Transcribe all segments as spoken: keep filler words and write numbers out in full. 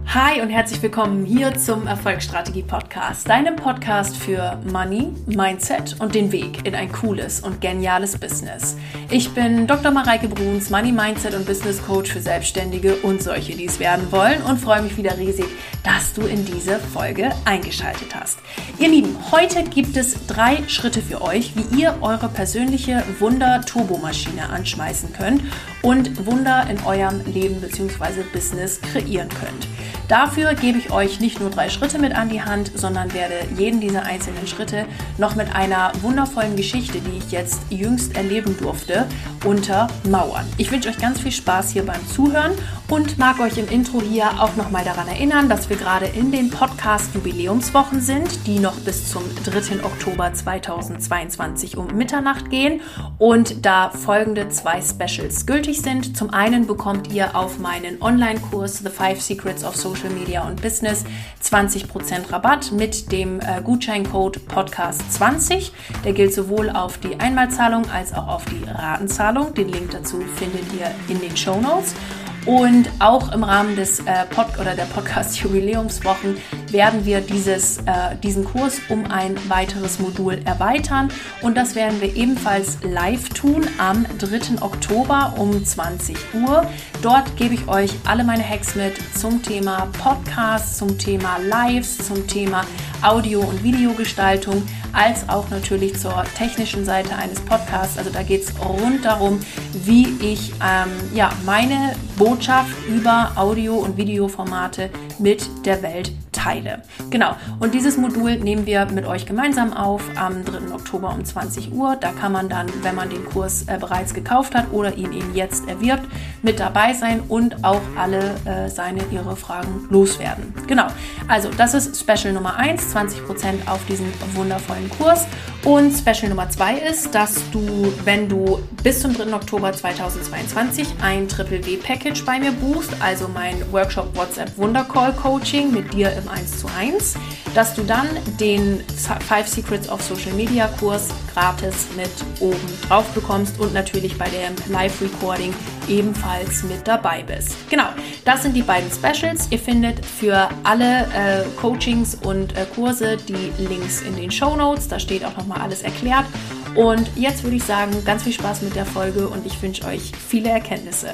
Hi und herzlich willkommen hier zum Erfolgsstrategie-Podcast, deinem Podcast für Money, Mindset und den Weg in ein cooles und geniales Business. Ich bin Doktor Mareike Bruns, Money, Mindset und Business Coach für Selbstständige und solche, die es werden wollen, und freue mich wieder riesig, dass du in diese Folge eingeschaltet hast. Ihr Lieben, heute gibt es drei Schritte für euch, wie ihr eure persönliche Wunder-Turbomaschine anschmeißen könnt und Wunder in eurem Leben bzw. Business kreieren könnt. Dafür gebe ich euch nicht nur drei Schritte mit an die Hand, sondern werde jeden dieser einzelnen Schritte noch mit einer wundervollen Geschichte, die ich jetzt jüngst erleben durfte, untermauern. Ich wünsche euch ganz viel Spaß hier beim Zuhören und mag euch im Intro hier auch nochmal daran erinnern, dass wir gerade in den Podcast-Jubiläumswochen sind, die noch bis zum dritten Oktober zweitausendzweiundzwanzig um Mitternacht gehen und da folgende zwei Specials gültig sind. Zum einen bekommt ihr auf meinen Online-Kurs The Five Secrets of Social Media und Business zwanzig Prozent Rabatt mit dem äh, Gutscheincode Podcast zwanzig. Der gilt sowohl auf die Einmalzahlung als auch auf die Ratenzahlung. Den Link dazu findet ihr in den Shownotes. Und auch im Rahmen des äh, Pod- oder der Podcast-Jubiläumswochen werden wir dieses, äh, diesen Kurs um ein weiteres Modul erweitern. Und das werden wir ebenfalls live tun am dritten Oktober um zwanzig Uhr. Dort gebe ich euch alle meine Hacks mit zum Thema Podcast, zum Thema Lives, zum Thema Audio- und Videogestaltung, als auch natürlich zur technischen Seite eines Podcasts. Also da geht es rund darum, wie ich ähm, ja, meine Botschaft über Audio- und Videoformate mit der Welt teile. Genau, und dieses Modul nehmen wir mit euch gemeinsam auf am dritten Oktober um zwanzig Uhr. Da kann man dann, wenn man den Kurs äh, bereits gekauft hat oder ihn eben jetzt erwirbt, mit dabei sein und auch alle äh, seine, ihre Fragen loswerden. Genau, also das ist Special Nummer eins, zwanzig Prozent auf diesen wundervollen Kurs. Und Special Nummer zwei ist, dass du, wenn du bis zum dritten Oktober zweitausendzweiundzwanzig ein Triple W Package bei mir buchst, also mein Workshop WhatsApp Wundercall Coaching mit dir im eins zu eins, dass du dann den Five Secrets of Social Media Kurs gratis mit oben drauf bekommst und natürlich bei dem Live-Recording ebenfalls mit dabei bist. Genau, das sind die beiden Specials. Ihr findet für alle äh, Coachings und äh, Kurse die Links in den Shownotes. Da steht auch nochmal alles erklärt. Und jetzt würde ich sagen, ganz viel Spaß mit der Folge und ich wünsche euch viele Erkenntnisse.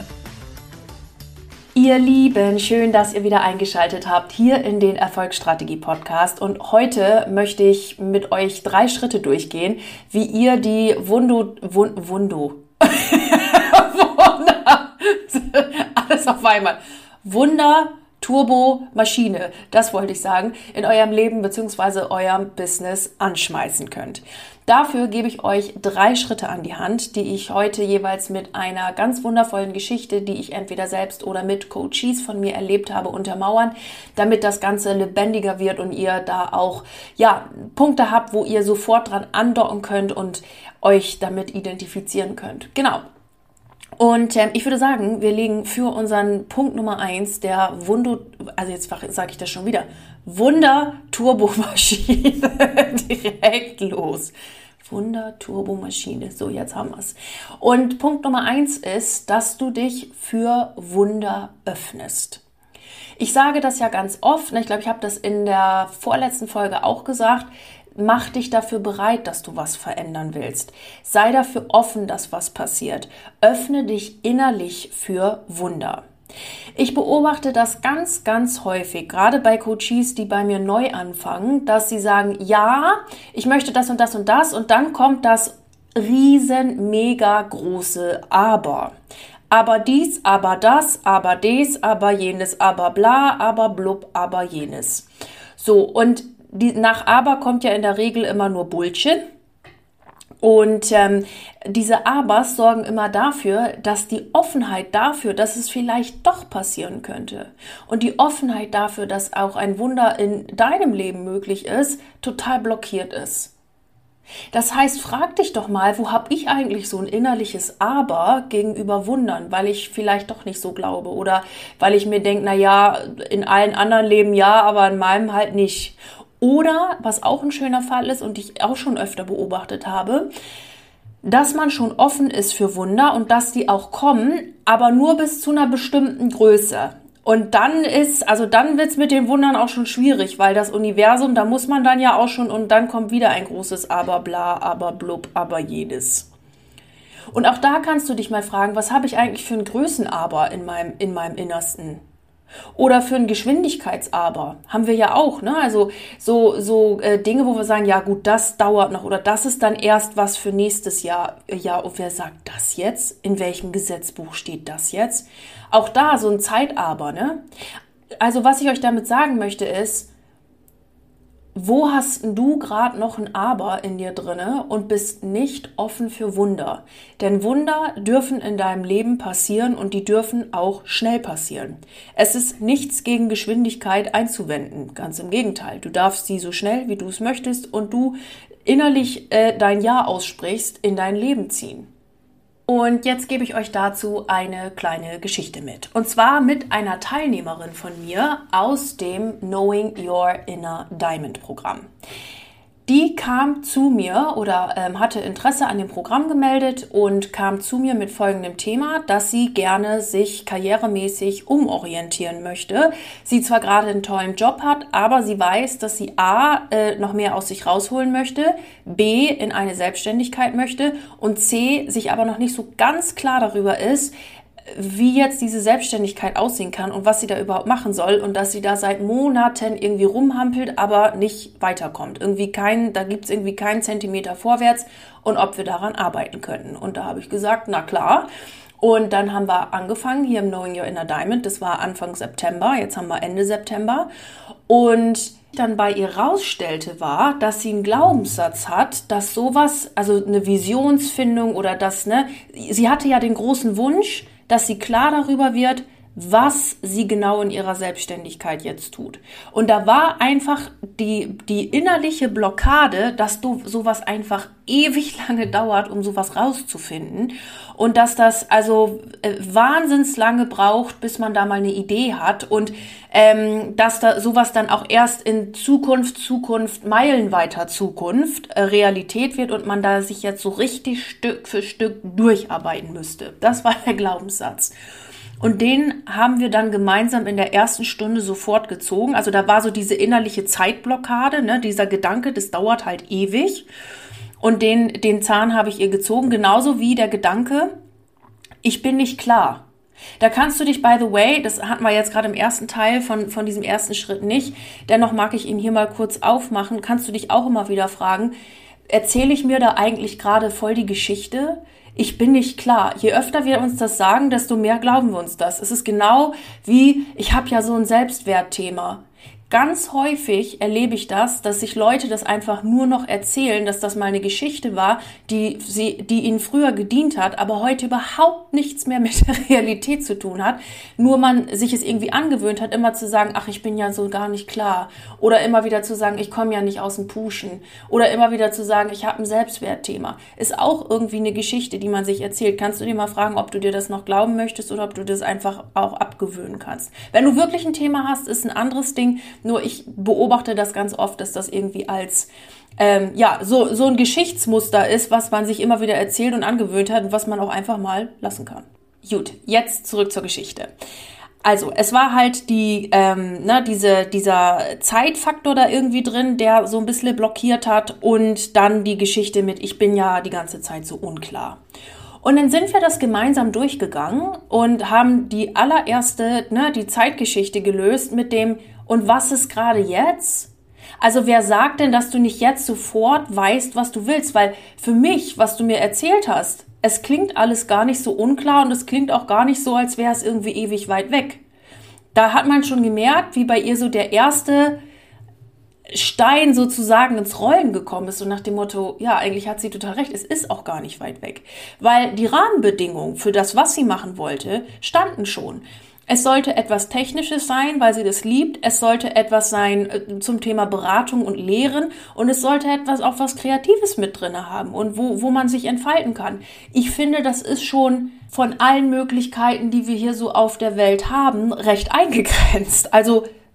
Ihr Lieben, schön, dass ihr wieder eingeschaltet habt hier in den Erfolgsstrategie-Podcast. Und heute möchte ich mit euch drei Schritte durchgehen, wie ihr die Wundo... Wund, Wundo... Wunder... Alles auf einmal. Wunder... Turbo-Maschine, das wollte ich sagen, in eurem Leben bzw. eurem Business anschmeißen könnt. Dafür gebe ich euch drei Schritte an die Hand, die ich heute jeweils mit einer ganz wundervollen Geschichte, die ich entweder selbst oder mit Coaches von mir erlebt habe, untermauern, damit das Ganze lebendiger wird und ihr da auch ja, Punkte habt, wo ihr sofort dran andocken könnt und euch damit identifizieren könnt. Genau. Und ähm, ich würde sagen, wir legen für unseren Punkt Nummer eins, der Wunder, also jetzt sage ich das schon wieder, Wunder-Turbomaschine direkt los. Wunder-Turbomaschine, so jetzt haben wir es. Und Punkt Nummer eins ist, dass du dich für Wunder öffnest. Ich sage das ja ganz oft, ich glaube, ich habe das in der vorletzten Folge auch gesagt, mach dich dafür bereit, dass du was verändern willst. Sei dafür offen, dass was passiert. Öffne dich innerlich für Wunder. Ich beobachte das ganz, ganz häufig, gerade bei Coaches, die bei mir neu anfangen, dass sie sagen, ja, ich möchte das und das und das und dann kommt das riesen, mega große Aber. Aber dies, aber das, aber dies, aber jenes, aber bla, aber blub, aber jenes. So, und die, nach aber kommt ja in der Regel immer nur Bullshit. Und ähm, diese Abers sorgen immer dafür, dass die Offenheit dafür, dass es vielleicht doch passieren könnte und die Offenheit dafür, dass auch ein Wunder in deinem Leben möglich ist, total blockiert ist. Das heißt, frag dich doch mal, wo habe ich eigentlich so ein innerliches Aber gegenüber Wundern, weil ich vielleicht doch nicht so glaube oder weil ich mir denke, na ja, in allen anderen Leben ja, aber in meinem halt nicht. Oder, was auch ein schöner Fall ist und ich auch schon öfter beobachtet habe, dass man schon offen ist für Wunder und dass die auch kommen, aber nur bis zu einer bestimmten Größe. Und dann ist, also dann wird's mit den Wundern auch schon schwierig, weil das Universum, da muss man dann ja auch schon, und dann kommt wieder ein großes Aber, bla, aber, blub, aber jedes. Und auch da kannst du dich mal fragen, was habe ich eigentlich für ein Größenaber in meinem, in meinem Innersten? Oder für ein Geschwindigkeitsaber haben wir ja auch, ne? Also so, so äh, Dinge, wo wir sagen, ja gut, das dauert noch oder das ist dann erst was für nächstes Jahr. Ja, und wer sagt das jetzt? In welchem Gesetzbuch steht das jetzt? Auch da so ein Zeitaber, ne? Also was ich euch damit sagen möchte ist, wo hast du gerade noch ein Aber in dir drinne und bist nicht offen für Wunder? Denn Wunder dürfen in deinem Leben passieren und die dürfen auch schnell passieren. Es ist nichts gegen Geschwindigkeit einzuwenden, ganz im Gegenteil. Du darfst sie so schnell, wie du es möchtest und du innerlich äh, dein Ja aussprichst, in dein Leben ziehen. Und jetzt gebe ich euch dazu eine kleine Geschichte mit. Und zwar mit einer Teilnehmerin von mir aus dem Knowing Your Inner Diamond Programm. Die kam zu mir oder ähm, hatte Interesse an dem Programm gemeldet und kam zu mir mit folgendem Thema, dass sie gerne sich karrieremäßig umorientieren möchte. Sie zwar gerade einen tollen Job hat, aber sie weiß, dass sie A, äh, noch mehr aus sich rausholen möchte, B, in eine Selbstständigkeit möchte und C, sich aber noch nicht so ganz klar darüber ist, wie jetzt diese Selbstständigkeit aussehen kann und was sie da überhaupt machen soll und dass sie da seit Monaten irgendwie rumhampelt, aber nicht weiterkommt. Irgendwie kein, da gibt's irgendwie keinen Zentimeter vorwärts und ob wir daran arbeiten könnten. Und da habe ich gesagt, na klar. Und dann haben wir angefangen hier im Knowing Your Inner Diamond. Das war Anfang September, jetzt haben wir Ende September. Und dann bei ihr rausstellte war, dass sie einen Glaubenssatz hat, dass sowas, also eine Visionsfindung oder das, ne, sie hatte ja den großen Wunsch, dass sie klar darüber wird, was sie genau in ihrer Selbstständigkeit jetzt tut. Und da war einfach die, die innerliche Blockade, dass du sowas einfach ewig lange dauert, um sowas rauszufinden. Und dass das also äh, wahnsinns lange braucht, bis man da mal eine Idee hat. Und ähm, dass da sowas dann auch erst in Zukunft, Zukunft, meilenweiter Zukunft äh, Realität wird und man da sich jetzt so richtig Stück für Stück durcharbeiten müsste. Das war der Glaubenssatz. Und den haben wir dann gemeinsam in der ersten Stunde sofort gezogen. Also da war so diese innerliche Zeitblockade, ne, dieser Gedanke, das dauert halt ewig. Und den, den Zahn habe ich ihr gezogen, genauso wie der Gedanke, ich bin nicht klar. Da kannst du dich, by the way, das hatten wir jetzt gerade im ersten Teil von, von diesem ersten Schritt nicht, dennoch mag ich ihn hier mal kurz aufmachen, kannst du dich auch immer wieder fragen, erzähle ich mir da eigentlich gerade voll die Geschichte? Ich bin nicht klar. Je öfter wir uns das sagen, desto mehr glauben wir uns das. Es ist genau wie, ich habe ja so ein Selbstwertthema. Ganz häufig erlebe ich das, dass sich Leute das einfach nur noch erzählen, dass das mal eine Geschichte war, die sie, die ihnen früher gedient hat, aber heute überhaupt nichts mehr mit der Realität zu tun hat. Nur man sich es irgendwie angewöhnt hat, immer zu sagen, ach, ich bin ja so gar nicht klar. Oder immer wieder zu sagen, ich komme ja nicht aus dem Puschen. Oder immer wieder zu sagen, ich habe ein Selbstwertthema. Ist auch irgendwie eine Geschichte, die man sich erzählt. Kannst du dir mal fragen, ob du dir das noch glauben möchtest oder ob du das einfach auch abgewöhnen kannst. Wenn du wirklich ein Thema hast, ist ein anderes Ding. Nur ich beobachte das ganz oft, dass das irgendwie als ähm, ja so so ein Geschichtsmuster ist, was man sich immer wieder erzählt und angewöhnt hat und was man auch einfach mal lassen kann. Gut, jetzt zurück zur Geschichte. Also es war halt die ähm, ne, diese dieser Zeitfaktor da irgendwie drin, der so ein bisschen blockiert hat und dann die Geschichte mit ich bin ja die ganze Zeit so unklar. Und dann sind wir das gemeinsam durchgegangen und haben die allererste, ne, die Zeitgeschichte gelöst mit dem, und was ist gerade jetzt? Also wer sagt denn, dass du nicht jetzt sofort weißt, was du willst? Weil für mich, was du mir erzählt hast, es klingt alles gar nicht so unklar und es klingt auch gar nicht so, als wäre es irgendwie ewig weit weg. Da hat man schon gemerkt, wie bei ihr so der erste Stein sozusagen ins Rollen gekommen ist und nach dem Motto, ja, eigentlich hat sie total recht, es ist auch gar nicht weit weg. Weil die Rahmenbedingungen für das, was sie machen wollte, standen schon. Es sollte etwas Technisches sein, weil sie das liebt. Es sollte etwas sein äh, zum Thema Beratung und Lehren. Und es sollte etwas auch was Kreatives mit drinne haben und wo, wo man sich entfalten kann. Ich finde, das ist schon von allen Möglichkeiten, die wir hier so auf der Welt haben, recht eingegrenzt. Also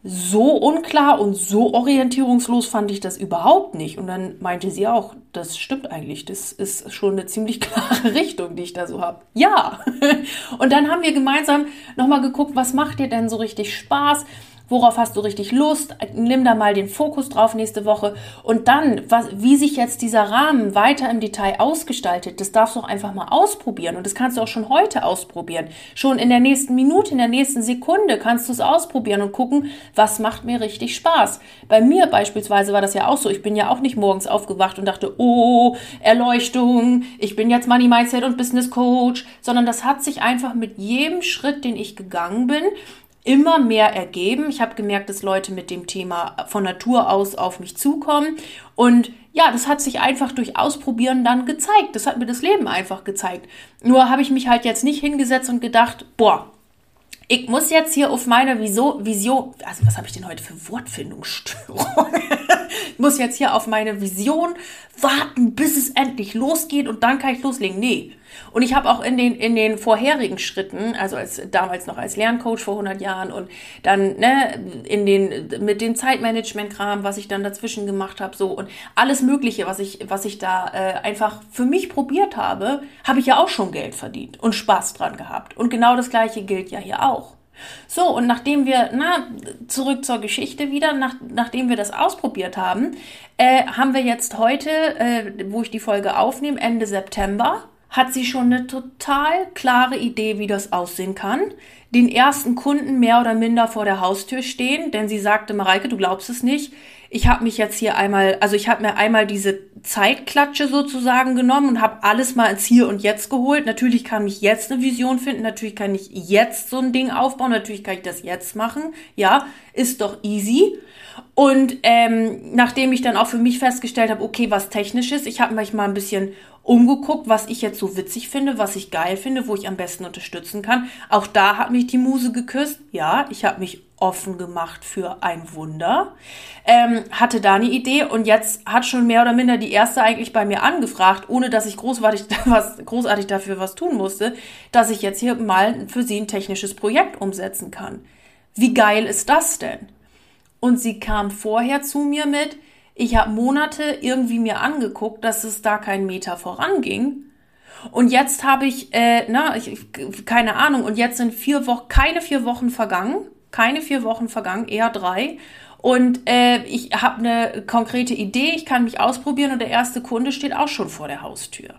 so unklar und so orientierungslos fand ich das überhaupt nicht. Und dann meinte sie auch, das stimmt eigentlich, das ist schon eine ziemlich klare Richtung, die ich da so habe. Ja. Und dann haben wir gemeinsam nochmal geguckt, was macht dir denn so richtig Spaß? Worauf hast du richtig Lust? Nimm da mal den Fokus drauf nächste Woche. Und dann, was, wie sich jetzt dieser Rahmen weiter im Detail ausgestaltet, das darfst du auch einfach mal ausprobieren. Und das kannst du auch schon heute ausprobieren. Schon in der nächsten Minute, in der nächsten Sekunde kannst du es ausprobieren und gucken, was macht mir richtig Spaß. Bei mir beispielsweise war das ja auch so. Ich bin ja auch nicht morgens aufgewacht und dachte, oh, Erleuchtung, ich bin jetzt Money Mindset und Business Coach, sondern das hat sich einfach mit jedem Schritt, den ich gegangen bin, immer mehr ergeben. Ich habe gemerkt, dass Leute mit dem Thema von Natur aus auf mich zukommen. Und ja, das hat sich einfach durch Ausprobieren dann gezeigt. Das hat mir das Leben einfach gezeigt. Nur habe ich mich halt jetzt nicht hingesetzt und gedacht, boah, ich muss jetzt hier auf meine Vision, Vision also was habe ich denn heute für Wortfindungsstörung? Ich muss jetzt hier auf meine Vision warten, bis es endlich losgeht und dann kann ich loslegen. Nee. Und ich habe auch in den in den vorherigen Schritten, also als damals noch als Lerncoach vor hundert Jahren und dann ne in den mit dem Zeitmanagement-Kram, was ich dann dazwischen gemacht habe, so und alles Mögliche, was ich was ich da äh, einfach für mich probiert habe, habe ich ja auch schon Geld verdient und Spaß dran gehabt. Und genau das Gleiche gilt ja hier auch. So, und nachdem wir, na, zurück zur Geschichte wieder, nach, nachdem wir das ausprobiert haben, äh, haben wir jetzt heute, äh, wo ich die Folge aufnehme, Ende September, hat sie schon eine total klare Idee, wie das aussehen kann. Den ersten Kunden mehr oder minder vor der Haustür stehen, denn sie sagte, Mareike, du glaubst es nicht, ich habe mich jetzt hier einmal, also ich habe mir einmal diese Zeitklatsche sozusagen genommen und habe alles mal ins Hier und Jetzt geholt. Natürlich kann ich jetzt eine Vision finden, natürlich kann ich jetzt so ein Ding aufbauen, natürlich kann ich das jetzt machen, ja, ist doch easy. Und ähm, nachdem ich dann auch für mich festgestellt habe, okay, was Technisches, ich habe mich mal ein bisschen umgeguckt, was ich jetzt so witzig finde, was ich geil finde, wo ich am besten unterstützen kann. Auch da hat mich die Muse geküsst. Ja, ich habe mich offen gemacht für ein Wunder. Ähm, hatte da eine Idee und jetzt hat schon mehr oder minder die erste eigentlich bei mir angefragt, ohne dass ich großartig, was, großartig dafür was tun musste, dass ich jetzt hier mal für sie ein technisches Projekt umsetzen kann. Wie geil ist das denn? Und sie kam vorher zu mir mit, ich habe Monate irgendwie mir angeguckt, dass es da kein Meter voranging. Und jetzt habe ich, äh, na, ich, keine Ahnung, und jetzt sind vier Wochen, keine vier Wochen vergangen, keine vier Wochen vergangen, eher drei. Und äh, ich habe eine konkrete Idee, ich kann mich ausprobieren und der erste Kunde steht auch schon vor der Haustür.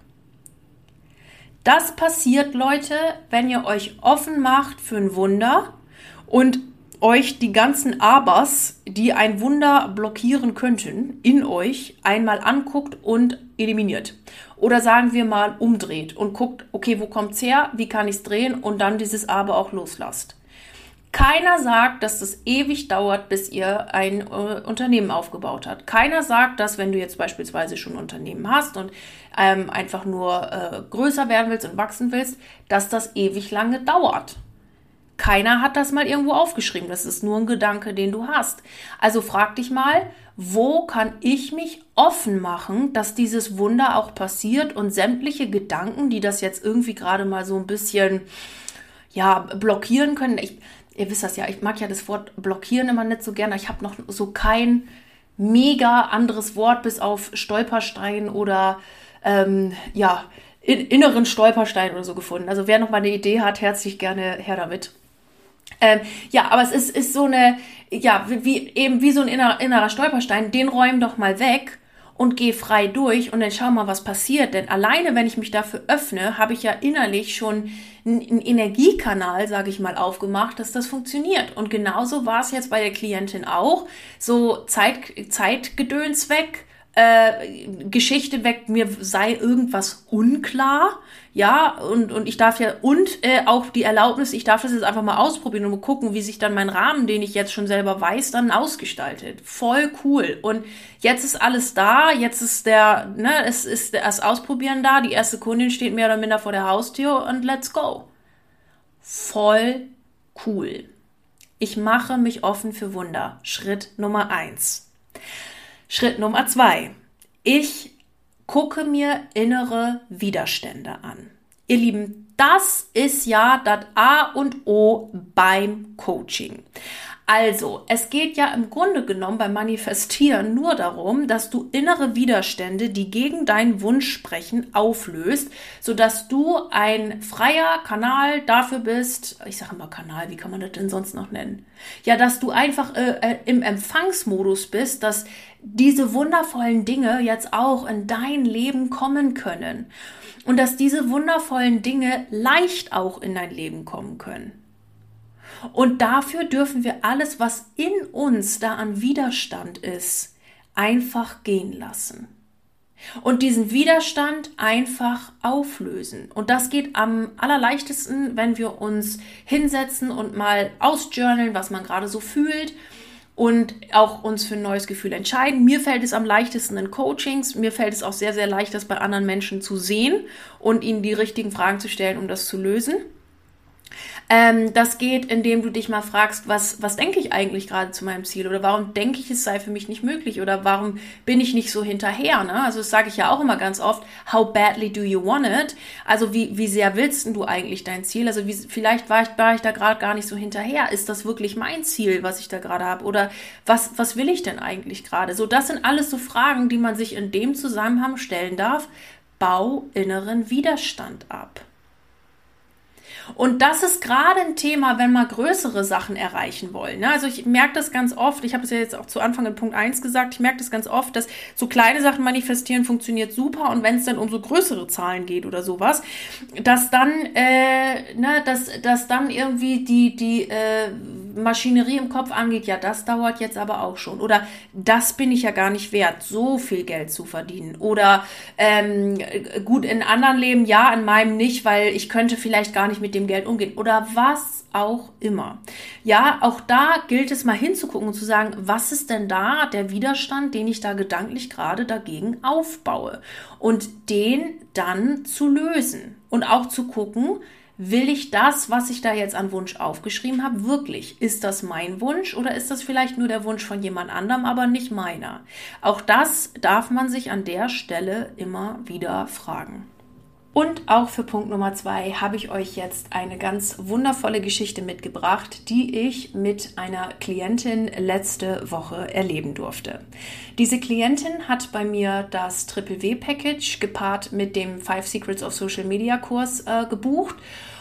Das passiert, Leute, wenn ihr euch offen macht für ein Wunder und euch die ganzen Abers, die ein Wunder blockieren könnten, in euch einmal anguckt und eliminiert. Oder sagen wir mal umdreht und guckt, okay, wo kommt's her, wie kann ich's drehen und dann dieses Aber auch loslasst. Keiner sagt, dass das ewig dauert, bis ihr ein äh, Unternehmen aufgebaut habt. Keiner sagt, dass wenn du jetzt beispielsweise schon ein Unternehmen hast und ähm, einfach nur äh, größer werden willst und wachsen willst, dass das ewig lange dauert. Keiner hat das mal irgendwo aufgeschrieben. Das ist nur ein Gedanke, den du hast. Also frag dich mal, wo kann ich mich offen machen, dass dieses Wunder auch passiert und sämtliche Gedanken, die das jetzt irgendwie gerade mal so ein bisschen ja, blockieren können. Ich, ihr wisst das ja, ich mag ja das Wort blockieren immer nicht so gerne. Ich habe noch so kein mega anderes Wort bis auf Stolperstein oder ähm, ja, in, inneren Stolperstein oder so gefunden. Also wer noch mal eine Idee hat, herzlich gerne her damit. Ähm, ja, aber es ist, ist so eine, ja, wie, eben wie so ein innerer, innerer Stolperstein, den räum doch mal weg und geh frei durch und dann schau mal, was passiert. Denn alleine, wenn ich mich dafür öffne, habe ich ja innerlich schon einen Energiekanal, sage ich mal, aufgemacht, dass das funktioniert. Und genauso war es jetzt bei der Klientin auch. So Zeit, Zeitgedöns weg, äh, Geschichte weg, mir sei irgendwas unklar, ja, und, und ich darf ja, und äh, auch die Erlaubnis, ich darf das jetzt einfach mal ausprobieren und mal gucken, wie sich dann mein Rahmen, den ich jetzt schon selber weiß, dann ausgestaltet. Voll cool. Und jetzt ist alles da, jetzt ist der, ne, es ist das Ausprobieren da, die erste Kundin steht mehr oder minder vor der Haustür und let's go. Voll cool. Ich mache mich offen für Wunder. Schritt Nummer eins. Schritt Nummer zwei. Ich gucke mir innere Widerstände an. Ihr Lieben, das ist ja das A und O beim Coaching. Also, es geht ja im Grunde genommen beim Manifestieren nur darum, dass du innere Widerstände, die gegen deinen Wunsch sprechen, auflöst, sodass du ein freier Kanal dafür bist, ich sage immer Kanal, wie kann man das denn sonst noch nennen? Ja, dass du einfach äh, äh, im Empfangsmodus bist, dass diese wundervollen Dinge jetzt auch in dein Leben kommen können und dass diese wundervollen Dinge leicht auch in dein Leben kommen können. Und dafür dürfen wir alles, was in uns da an Widerstand ist, einfach gehen lassen. Und diesen Widerstand einfach auflösen. Und das geht am allerleichtesten, wenn wir uns hinsetzen und mal ausjournalen, was man gerade so fühlt und auch uns für ein neues Gefühl entscheiden. Mir fällt es am leichtesten in Coachings. Mir fällt es auch sehr, sehr leicht, das bei anderen Menschen zu sehen und ihnen die richtigen Fragen zu stellen, um das zu lösen. Ähm, das geht, indem du dich mal fragst, was, was denke ich eigentlich gerade zu meinem Ziel oder warum denke ich, es sei für mich nicht möglich oder warum bin ich nicht so hinterher, ne? Also das sage ich ja auch immer ganz oft, how badly do you want it? Also wie, wie sehr willst du eigentlich dein Ziel? Also wie, vielleicht war ich, war ich da gerade gar nicht so hinterher. Ist das wirklich mein Ziel, was ich da gerade habe? Oder was, was will ich denn eigentlich gerade? So, das sind alles so Fragen, die man sich in dem Zusammenhang stellen darf. Bau inneren Widerstand ab. Und das ist gerade ein Thema, wenn wir größere Sachen erreichen wollen. Ne? Also ich merke das ganz oft, ich habe es ja jetzt auch zu Anfang in Punkt eins gesagt, ich merke das ganz oft, dass so kleine Sachen manifestieren funktioniert super und wenn es dann um so größere Zahlen geht oder sowas, dass dann, äh, ne, dass, dass dann irgendwie die, die äh, Maschinerie im Kopf angeht, ja, das dauert jetzt aber auch schon. Oder das bin ich ja gar nicht wert, so viel Geld zu verdienen. Oder ähm, gut, in anderen Leben ja, in meinem nicht, weil ich könnte vielleicht gar nicht mit dem Geld umgehen oder was auch immer. Ja, auch da gilt es mal hinzugucken und zu sagen, was ist denn da der Widerstand, den ich da gedanklich gerade dagegen aufbaue und den dann zu lösen und auch zu gucken, will ich das, was ich da jetzt an Wunsch aufgeschrieben habe, wirklich? Ist das mein Wunsch oder ist das vielleicht nur der Wunsch von jemand anderem, aber nicht meiner? Auch das darf man sich an der Stelle immer wieder fragen. Und auch für Punkt Nummer zwei habe ich euch jetzt eine ganz wundervolle Geschichte mitgebracht, die ich mit einer Klientin letzte Woche erleben durfte. Diese Klientin hat bei mir das Triple W Package gepaart mit dem Five Secrets of Social Media Kurs äh, gebucht.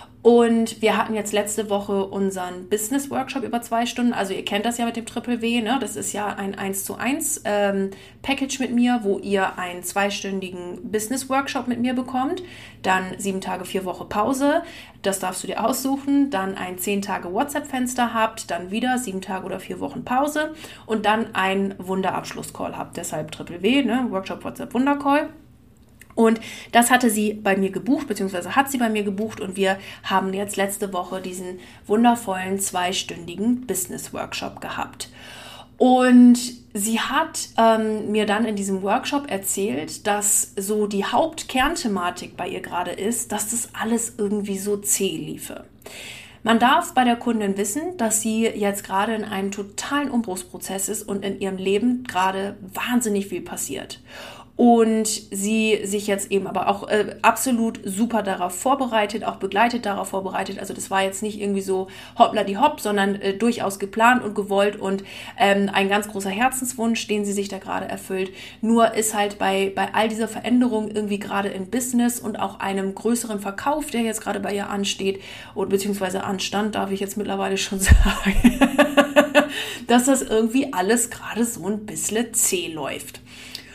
Und wir hatten jetzt letzte Woche unseren Business-Workshop über zwei Stunden. Also ihr kennt das ja mit dem Triple W, ne? Das ist ja ein eins zu eins ähm, Package mit mir, wo ihr einen zweistündigen Business-Workshop mit mir bekommt. Dann sieben Tage, vier Wochen Pause. Das darfst du dir aussuchen. Dann ein zehn Tage WhatsApp-Fenster habt. Dann wieder sieben Tage oder vier Wochen Pause. Und dann ein Wunderabschluss-Call habt. Deshalb Triple W, ne? Workshop, WhatsApp, Wunder-Call. Und das hatte sie bei mir gebucht, beziehungsweise hat sie bei mir gebucht und wir haben jetzt letzte Woche diesen wundervollen zweistündigen Business-Workshop gehabt. Und sie hat ähm, mir dann in diesem Workshop erzählt, dass so die Hauptkernthematik bei ihr gerade ist, dass das alles irgendwie so zäh liefe. Man darf bei der Kundin wissen, dass sie jetzt gerade in einem totalen Umbruchsprozess ist und in ihrem Leben gerade wahnsinnig viel passiert. Und sie sich jetzt eben aber auch äh, absolut super darauf vorbereitet, auch begleitet darauf vorbereitet. Also das war jetzt nicht irgendwie so hoppla die hopp, sondern äh, durchaus geplant und gewollt und ähm, ein ganz großer Herzenswunsch, den sie sich da gerade erfüllt. Nur ist halt bei, bei all dieser Veränderung irgendwie gerade im Business und auch einem größeren Verkauf, der jetzt gerade bei ihr ansteht oder beziehungsweise anstand, darf ich jetzt mittlerweile schon sagen, dass das irgendwie alles gerade so ein bisschen zäh läuft.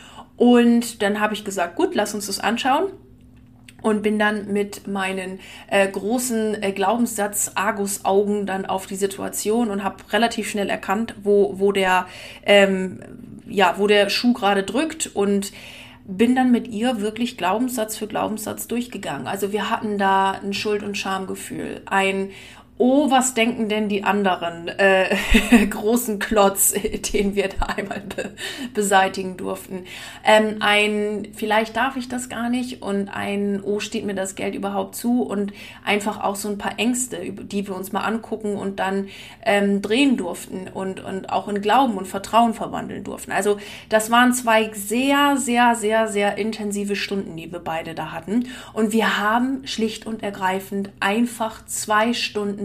Und dann habe ich gesagt, gut, lass uns das anschauen und bin dann mit meinen äh, großen äh, Glaubenssatz-Argus-Augen dann auf die Situation und habe relativ schnell erkannt, wo, wo, der, ähm, ja, wo der Schuh gerade drückt und bin dann mit ihr wirklich Glaubenssatz für Glaubenssatz durchgegangen. Also wir hatten da ein Schuld- und Schamgefühl, ein oh, was denken denn die anderen äh, großen Klotz, den wir da einmal be- beseitigen durften. Ähm, ein, vielleicht darf ich das gar nicht und ein, oh, steht mir das Geld überhaupt zu und einfach auch so ein paar Ängste, die wir uns mal angucken und dann ähm, drehen durften und, und auch in Glauben und Vertrauen verwandeln durften. Also das waren zwei sehr, sehr, sehr, sehr intensive Stunden, die wir beide da hatten und wir haben schlicht und ergreifend einfach zwei Stunden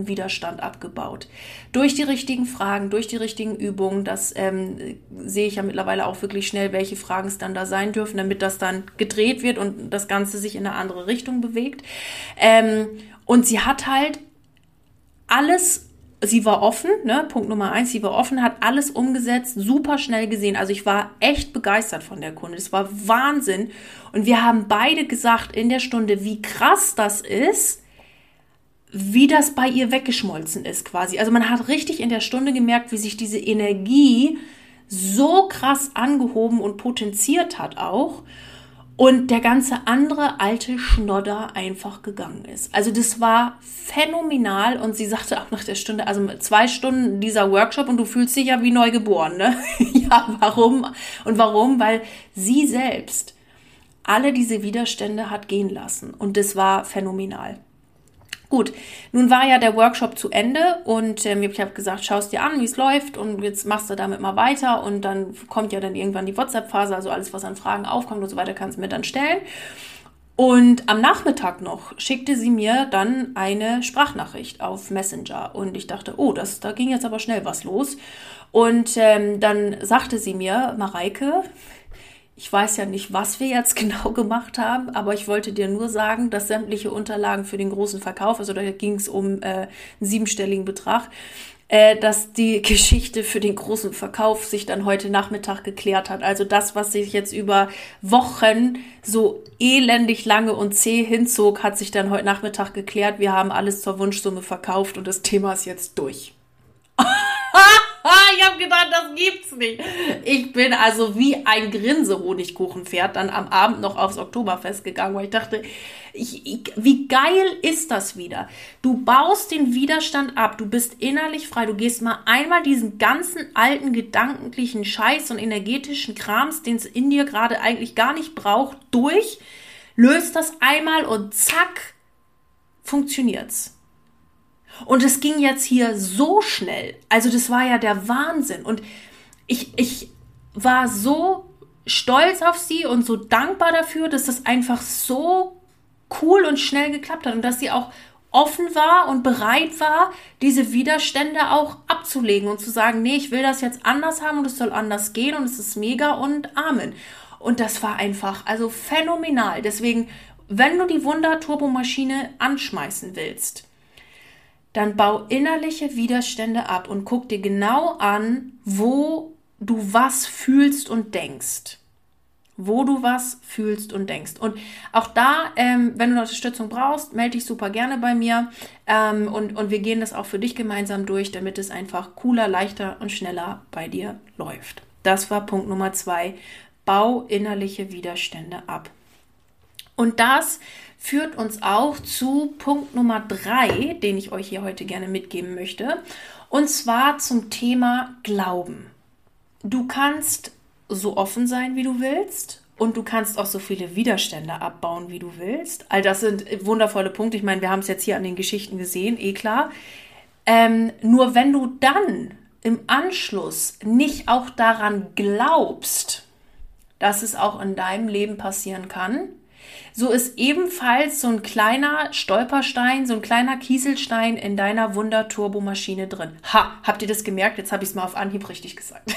massiven Widerstand abgebaut. Durch die richtigen Fragen, durch die richtigen Übungen, das ähm, sehe ich ja mittlerweile auch wirklich schnell, welche Fragen es dann da sein dürfen, damit das dann gedreht wird und das Ganze sich in eine andere Richtung bewegt. Ähm, und sie hat halt alles, sie war offen, ne, Punkt Nummer eins, sie war offen, hat alles umgesetzt, super schnell gesehen. Also ich war echt begeistert von der Kunde. Das war Wahnsinn. Und wir haben beide gesagt in der Stunde, wie krass das ist, wie das bei ihr weggeschmolzen ist quasi. Also man hat richtig in der Stunde gemerkt, wie sich diese Energie so krass angehoben und potenziert hat auch. Und der ganze andere alte Schnodder einfach gegangen ist. Also das war phänomenal. Und sie sagte auch nach der Stunde, also zwei Stunden dieser Workshop und du fühlst dich ja wie neugeboren, ne? Ja, warum? Und warum? Weil sie selbst alle diese Widerstände hat gehen lassen. Und das war phänomenal. Gut, nun war ja der Workshop zu Ende und ähm, ich habe gesagt, schau es dir an, wie es läuft und jetzt machst du damit mal weiter und dann kommt ja dann irgendwann die WhatsApp-Phase, also alles, was an Fragen aufkommt und so weiter, kannst du mir dann stellen. Und am Nachmittag noch schickte sie mir dann eine Sprachnachricht auf Messenger und ich dachte, oh, das, da ging jetzt aber schnell was los. Und ähm, dann sagte sie mir, Mareike, ich weiß ja nicht, was wir jetzt genau gemacht haben, aber ich wollte dir nur sagen, dass sämtliche Unterlagen für den großen Verkauf, also da ging es um äh, einen siebenstelligen Betrag, äh, dass die Geschichte für den großen Verkauf sich dann heute Nachmittag geklärt hat. Also das, was sich jetzt über Wochen so elendig lange und zäh hinzog, hat sich dann heute Nachmittag geklärt. Wir haben alles zur Wunschsumme verkauft und das Thema ist jetzt durch. Ich habe gedacht, das gibt's nicht. Ich bin also wie ein Grinse-Honigkuchenpferd dann am Abend noch aufs Oktoberfest gegangen, weil ich dachte, ich, ich, wie geil ist das wieder? Du baust den Widerstand ab, du bist innerlich frei, du gehst mal einmal diesen ganzen alten gedanklichen Scheiß und energetischen Krams, den es in dir gerade eigentlich gar nicht braucht, durch, löst das einmal und zack, funktioniert's. Und es ging jetzt hier so schnell. Also das war ja der Wahnsinn. Und ich, ich war so stolz auf sie und so dankbar dafür, dass das einfach so cool und schnell geklappt hat. Und dass sie auch offen war und bereit war, diese Widerstände auch abzulegen und zu sagen, nee, ich will das jetzt anders haben und es soll anders gehen und es ist mega und Amen. Und das war einfach, also phänomenal. Deswegen, wenn du die Wunder-Turbomaschine anschmeißen willst, dann bau innerliche Widerstände ab und guck dir genau an, wo du was fühlst und denkst. Wo du was fühlst und denkst. Und auch da, ähm, wenn du Unterstützung brauchst, melde dich super gerne bei mir. Ähm, und, und wir gehen das auch für dich gemeinsam durch, damit es einfach cooler, leichter und schneller bei dir läuft. Das war Punkt Nummer zwei. Bau innerliche Widerstände ab. Und das führt uns auch zu Punkt Nummer drei, den ich euch hier heute gerne mitgeben möchte. Und zwar zum Thema Glauben. Du kannst so offen sein, wie du willst. Und du kannst auch so viele Widerstände abbauen, wie du willst. All das sind wundervolle Punkte. Ich meine, wir haben es jetzt hier an den Geschichten gesehen, eh klar. Ähm, nur wenn du dann im Anschluss nicht auch daran glaubst, dass es auch in deinem Leben passieren kann, so ist ebenfalls so ein kleiner Stolperstein, so ein kleiner Kieselstein in deiner Wunder-Turbomaschine drin. Ha, habt ihr das gemerkt? Jetzt habe ich es mal auf Anhieb richtig gesagt.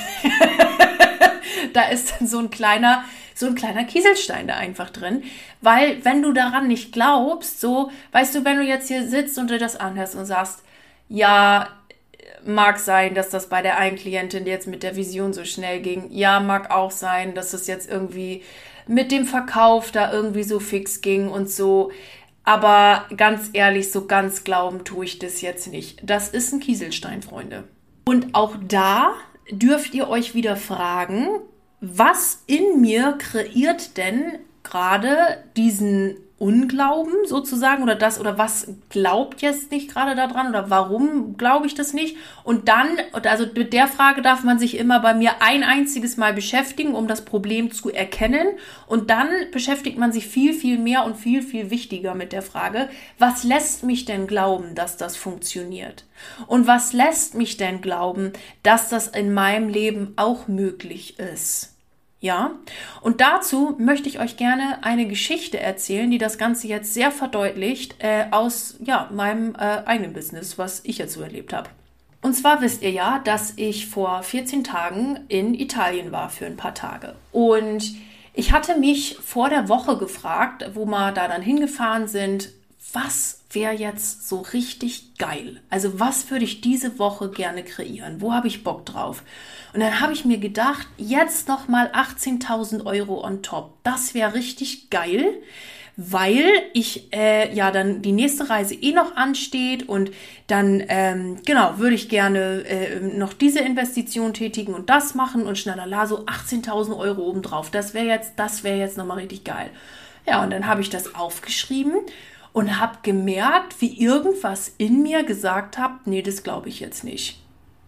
Da ist dann so ein kleiner, so ein kleiner Kieselstein da einfach drin. Weil wenn du daran nicht glaubst, so, weißt du, wenn du jetzt hier sitzt und dir das anhörst und sagst, ja, mag sein, dass das bei der einen Klientin jetzt mit der Vision so schnell ging. Ja, mag auch sein, dass es jetzt irgendwie mit dem Verkauf da irgendwie so fix ging und so. Aber ganz ehrlich, so ganz glauben tue ich das jetzt nicht. Das ist ein Kieselstein, Freunde. Und auch da dürft ihr euch wieder fragen, was in mir kreiert denn gerade diesen Unglauben sozusagen oder das oder was glaubt jetzt nicht gerade daran oder warum glaube ich das nicht? Und dann, also mit der Frage darf man sich immer bei mir ein einziges Mal beschäftigen, um das Problem zu erkennen. Und dann beschäftigt man sich viel, viel mehr und viel, viel wichtiger mit der Frage, was lässt mich denn glauben, dass das funktioniert? Und was lässt mich denn glauben, dass das in meinem Leben auch möglich ist? Ja, und dazu möchte ich euch gerne eine Geschichte erzählen, die das Ganze jetzt sehr verdeutlicht äh, aus ja, meinem äh, eigenen Business, was ich jetzt so erlebt habe. Und zwar wisst ihr ja, dass ich vor vierzehn Tagen in Italien war für ein paar Tage. Und ich hatte mich vor der Woche gefragt, wo wir da dann hingefahren sind, was wäre jetzt so richtig geil? Also was würde ich diese Woche gerne kreieren? Wo habe ich Bock drauf? Und dann habe ich mir gedacht, jetzt nochmal achtzehntausend Euro on top. Das wäre richtig geil, weil ich äh, ja dann die nächste Reise eh noch ansteht und dann ähm, genau würde ich gerne äh, noch diese Investition tätigen und das machen und schnellala so achtzehntausend Euro obendrauf. Das wäre jetzt, das wäre jetzt nochmal richtig geil. Ja, und dann habe ich das aufgeschrieben und habe gemerkt, wie irgendwas in mir gesagt hat, nee, das glaube ich jetzt nicht.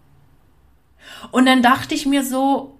Und dann dachte ich mir so,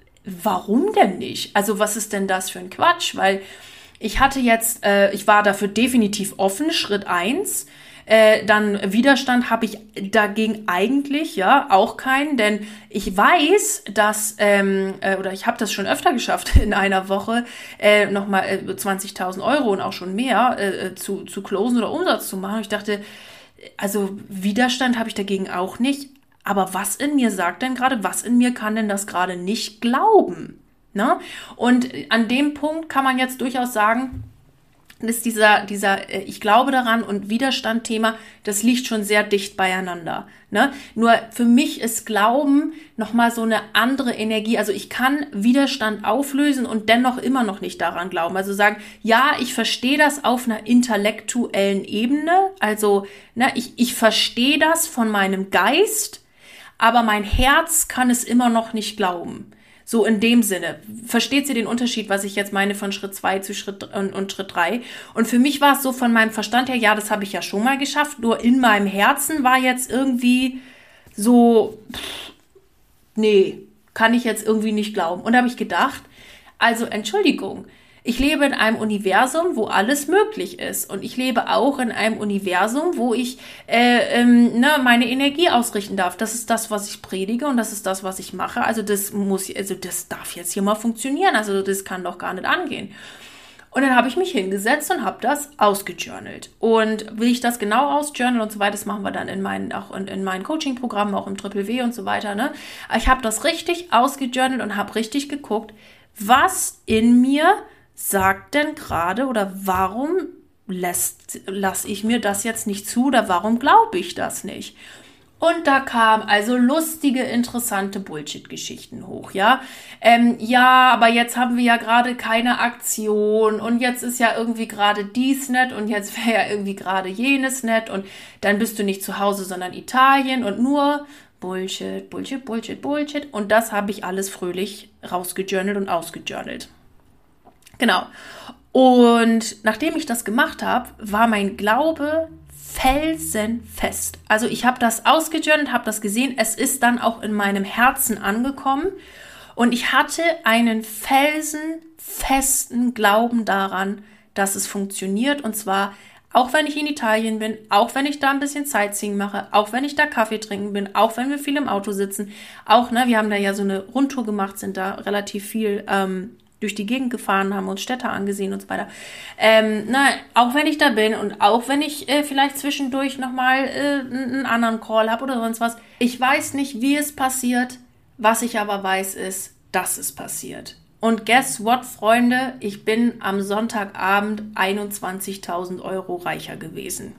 warum denn nicht? Also was ist denn das für ein Quatsch? Weil ich hatte jetzt, äh, ich war dafür definitiv offen, Schritt eins. Äh, dann Widerstand habe ich dagegen eigentlich ja auch keinen, denn ich weiß, dass, ähm, äh, oder ich habe das schon öfter geschafft, in einer Woche äh, nochmal äh, zwanzigtausend Euro und auch schon mehr äh, zu, zu closen oder Umsatz zu machen. Ich dachte, also Widerstand habe ich dagegen auch nicht. Aber was in mir sagt denn gerade, was in mir kann denn das gerade nicht glauben? Ne? Und an dem Punkt kann man jetzt durchaus sagen, ist dieser, dieser Ich glaube daran und Widerstand-Thema, das liegt schon sehr dicht beieinander. Ne? Nur für mich ist Glauben nochmal so eine andere Energie. Also ich kann Widerstand auflösen und dennoch immer noch nicht daran glauben. Also sagen, ja, ich verstehe das auf einer intellektuellen Ebene. Also ne, ich, ich verstehe das von meinem Geist, aber mein Herz kann es immer noch nicht glauben. So in dem Sinne. Versteht sie den Unterschied, was ich jetzt meine von Schritt zwei zu Schritt und, und Schritt drei? Und für mich war es so von meinem Verstand her, ja, das habe ich ja schon mal geschafft, nur in meinem Herzen war jetzt irgendwie so, pff, nee, kann ich jetzt irgendwie nicht glauben. Und da habe ich gedacht, also Entschuldigung, ich lebe in einem Universum, wo alles möglich ist. Und ich lebe auch in einem Universum, wo ich äh, ähm, ne, meine Energie ausrichten darf. Das ist das, was ich predige und das ist das, was ich mache. Also das muss, also das darf jetzt hier mal funktionieren. Also das kann doch gar nicht angehen. Und dann habe ich mich hingesetzt und habe das ausgejournalt. Und wie ich das genau ausjournal und so weiter, das machen wir dann in meinen, auch in, in meinen Coaching-Programmen, auch im Triple W und so weiter. Ne? Ich habe das richtig ausgejournalt und habe richtig geguckt, was in mir sagt denn gerade oder warum lässt, lasse ich mir das jetzt nicht zu oder warum glaube ich das nicht? Und da kamen also lustige, interessante Bullshit-Geschichten hoch, ja. Ähm, ja, aber jetzt haben wir ja gerade keine Aktion und jetzt ist ja irgendwie gerade dies nett und jetzt wäre ja irgendwie gerade jenes nett und dann bist du nicht zu Hause, sondern Italien und nur Bullshit, Bullshit, Bullshit, Bullshit. Und das habe ich alles fröhlich rausgejournalt und ausgejournalt. Genau. Und nachdem ich das gemacht habe, war mein Glaube felsenfest. Also ich habe das ausgejournalt, habe das gesehen. Es ist dann auch in meinem Herzen angekommen. Und ich hatte einen felsenfesten Glauben daran, dass es funktioniert. Und zwar auch wenn ich in Italien bin, auch wenn ich da ein bisschen Sightseeing mache, auch wenn ich da Kaffee trinken bin, auch wenn wir viel im Auto sitzen. Auch, ne, wir haben da ja so eine Rundtour gemacht, sind da relativ viel ähm, durch die Gegend gefahren, haben uns Städte angesehen und so weiter. Ähm, na, auch wenn ich da bin und auch wenn ich äh, vielleicht zwischendurch nochmal äh, einen anderen Call habe oder sonst was. Ich weiß nicht, wie es passiert. Was ich aber weiß, ist, dass es passiert. Und guess what, Freunde? Ich bin am Sonntagabend einundzwanzigtausend Euro reicher gewesen.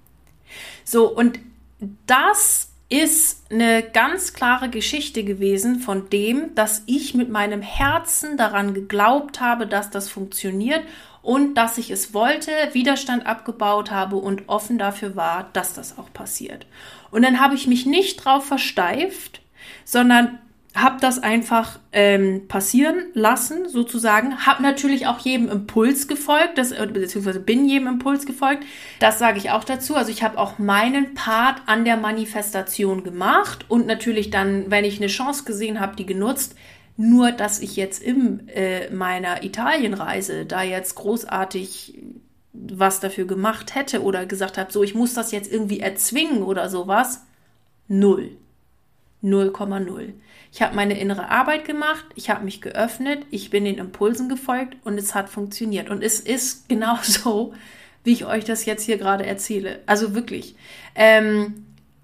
So, und das ist eine ganz klare Geschichte gewesen von dem, dass ich mit meinem Herzen daran geglaubt habe, dass das funktioniert und dass ich es wollte, Widerstand abgebaut habe und offen dafür war, dass das auch passiert. Und dann habe ich mich nicht drauf versteift, sondern habe das einfach ähm, passieren lassen, sozusagen. Habe natürlich auch jedem Impuls gefolgt, das, beziehungsweise bin jedem Impuls gefolgt. Das sage ich auch dazu. Also ich habe auch meinen Part an der Manifestation gemacht und natürlich dann, wenn ich eine Chance gesehen habe, die genutzt. Nur, dass ich jetzt in äh, meiner Italienreise da jetzt großartig was dafür gemacht hätte oder gesagt habe, so, ich muss das jetzt irgendwie erzwingen oder sowas. Null. null Komma null. Ich habe meine innere Arbeit gemacht, ich habe mich geöffnet, ich bin den Impulsen gefolgt und es hat funktioniert. Und es ist genau so, wie ich euch das jetzt hier gerade erzähle. Also wirklich. Ähm,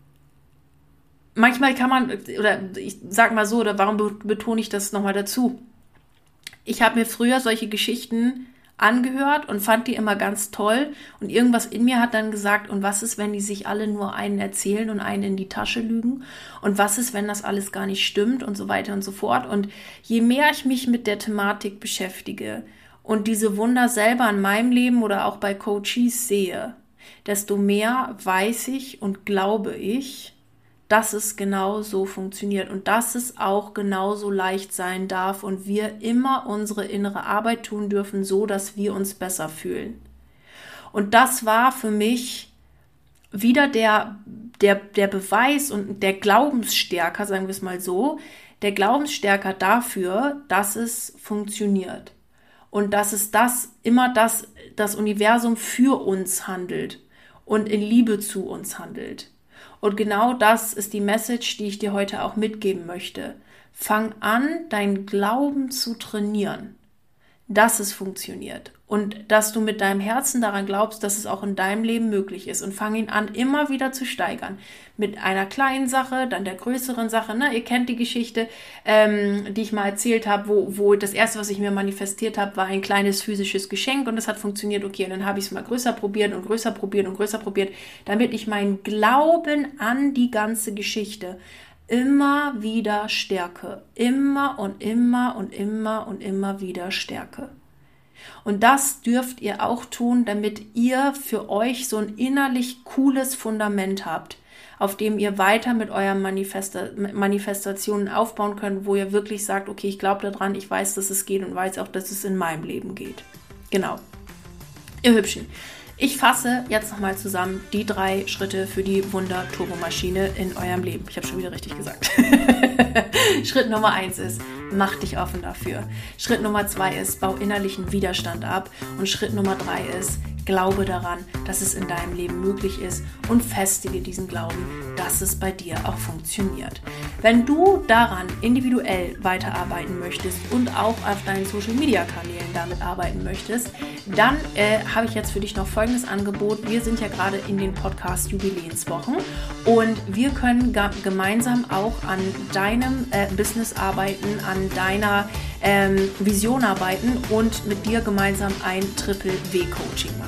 manchmal kann man, oder ich sag mal so, oder warum betone ich das nochmal dazu? Ich habe mir früher solche Geschichten angehört und fand die immer ganz toll und irgendwas in mir hat dann gesagt, und was ist, wenn die sich alle nur einen erzählen und einen in die Tasche lügen, und was ist, wenn das alles gar nicht stimmt und so weiter und so fort. Und je mehr ich mich mit der Thematik beschäftige und diese Wunder selber in meinem Leben oder auch bei Coaches sehe, desto mehr weiß ich und glaube ich, dass es genau so funktioniert und dass es auch genauso leicht sein darf und wir immer unsere innere Arbeit tun dürfen, so dass wir uns besser fühlen. Und das war für mich wieder der, der, der Beweis und der Glaubensstärker, sagen wir es mal so, der Glaubensstärker dafür, dass es funktioniert und dass es das immer das, das Universum für uns handelt und in Liebe zu uns handelt. Und genau das ist die Message, die ich dir heute auch mitgeben möchte. Fang an, deinen Glauben zu trainieren, dass es funktioniert und dass du mit deinem Herzen daran glaubst, dass es auch in deinem Leben möglich ist. Und fang ihn an, immer wieder zu steigern. Mit einer kleinen Sache, dann der größeren Sache. Ne? Ihr kennt die Geschichte, ähm, die ich mal erzählt habe, wo, wo das erste, was ich mir manifestiert habe, war ein kleines physisches Geschenk und das hat funktioniert. Okay, und dann habe ich es mal größer probiert und größer probiert und größer probiert, damit ich meinen Glauben an die ganze Geschichte immer wieder stärke. Immer und immer und immer und immer wieder stärke. Und das dürft ihr auch tun, damit ihr für euch so ein innerlich cooles Fundament habt, auf dem ihr weiter mit euren Manifesta- Manifestationen aufbauen könnt, wo ihr wirklich sagt, okay, ich glaube daran, ich weiß, dass es geht und weiß auch, dass es in meinem Leben geht. Genau. Ihr Hübschen. Ich fasse jetzt nochmal zusammen die drei Schritte für die Wunder-Turbomaschine in eurem Leben. Ich habe schon wieder richtig gesagt. Schritt Nummer eins ist, mach dich offen dafür. Schritt Nummer zwei ist, bau innerlichen Widerstand ab. Und Schritt Nummer drei ist, glaube daran, dass es in deinem Leben möglich ist und festige diesen Glauben, dass es bei dir auch funktioniert. Wenn du daran individuell weiterarbeiten möchtest und auch auf deinen Social-Media-Kanälen damit arbeiten möchtest, dann äh, habe ich jetzt für dich noch folgendes Angebot. Wir sind ja gerade in den Podcast-Jubiläenswochen und wir können ga- gemeinsam auch an deinem äh, Business arbeiten, an deiner ähm, Vision arbeiten und mit dir gemeinsam ein Triple-W-Coaching machen.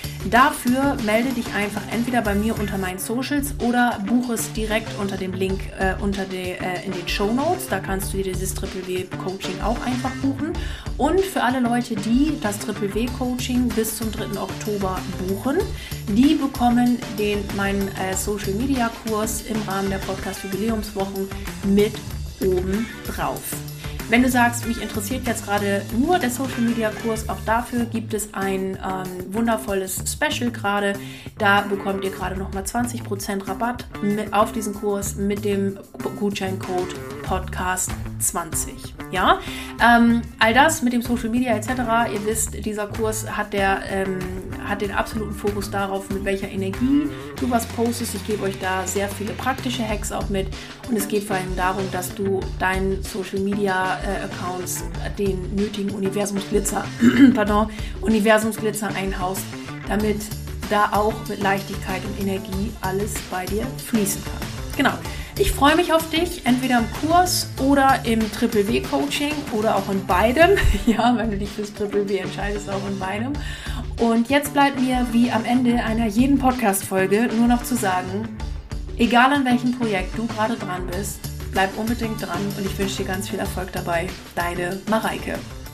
Dafür melde dich einfach entweder bei mir unter meinen Socials oder buche es direkt unter dem Link äh, unter de, äh, in den Shownotes. Da kannst du dir dieses Triple-W-Coaching auch einfach buchen. Und für alle Leute, die das Triple-W-Coaching bis zum dritten Oktober buchen, die bekommen den, meinen äh, Social-Media-Kurs im Rahmen der Podcast-Jubiläumswochen mit oben drauf. Wenn du sagst, mich interessiert jetzt gerade nur der Social-Media-Kurs, auch dafür gibt es ein ähm, wundervolles Special gerade. Da bekommt ihr gerade nochmal zwanzig Prozent Rabatt mit, auf diesen Kurs mit dem Gutscheincode Podcast zwanzig. Ja, ähm, all das mit dem Social Media et cetera. Ihr wisst, dieser Kurs hat, der, ähm, hat den absoluten Fokus darauf, mit welcher Energie du was postest. Ich gebe euch da sehr viele praktische Hacks auch mit und es geht vor allem darum, dass du deinen Social Media äh, Accounts den nötigen Universumsglitzer, pardon, Universumsglitzer einhaust, damit da auch mit Leichtigkeit und Energie alles bei dir fließen kann. Genau. Ich freue mich auf dich, entweder im Kurs oder im Triple-W-Coaching oder auch in beidem. Ja, wenn du dich fürs Triple-W entscheidest, auch in beidem. Und jetzt bleibt mir wie am Ende einer jeden Podcast-Folge nur noch zu sagen, egal an welchem Projekt du gerade dran bist, bleib unbedingt dran und ich wünsche dir ganz viel Erfolg dabei. Deine Mareike.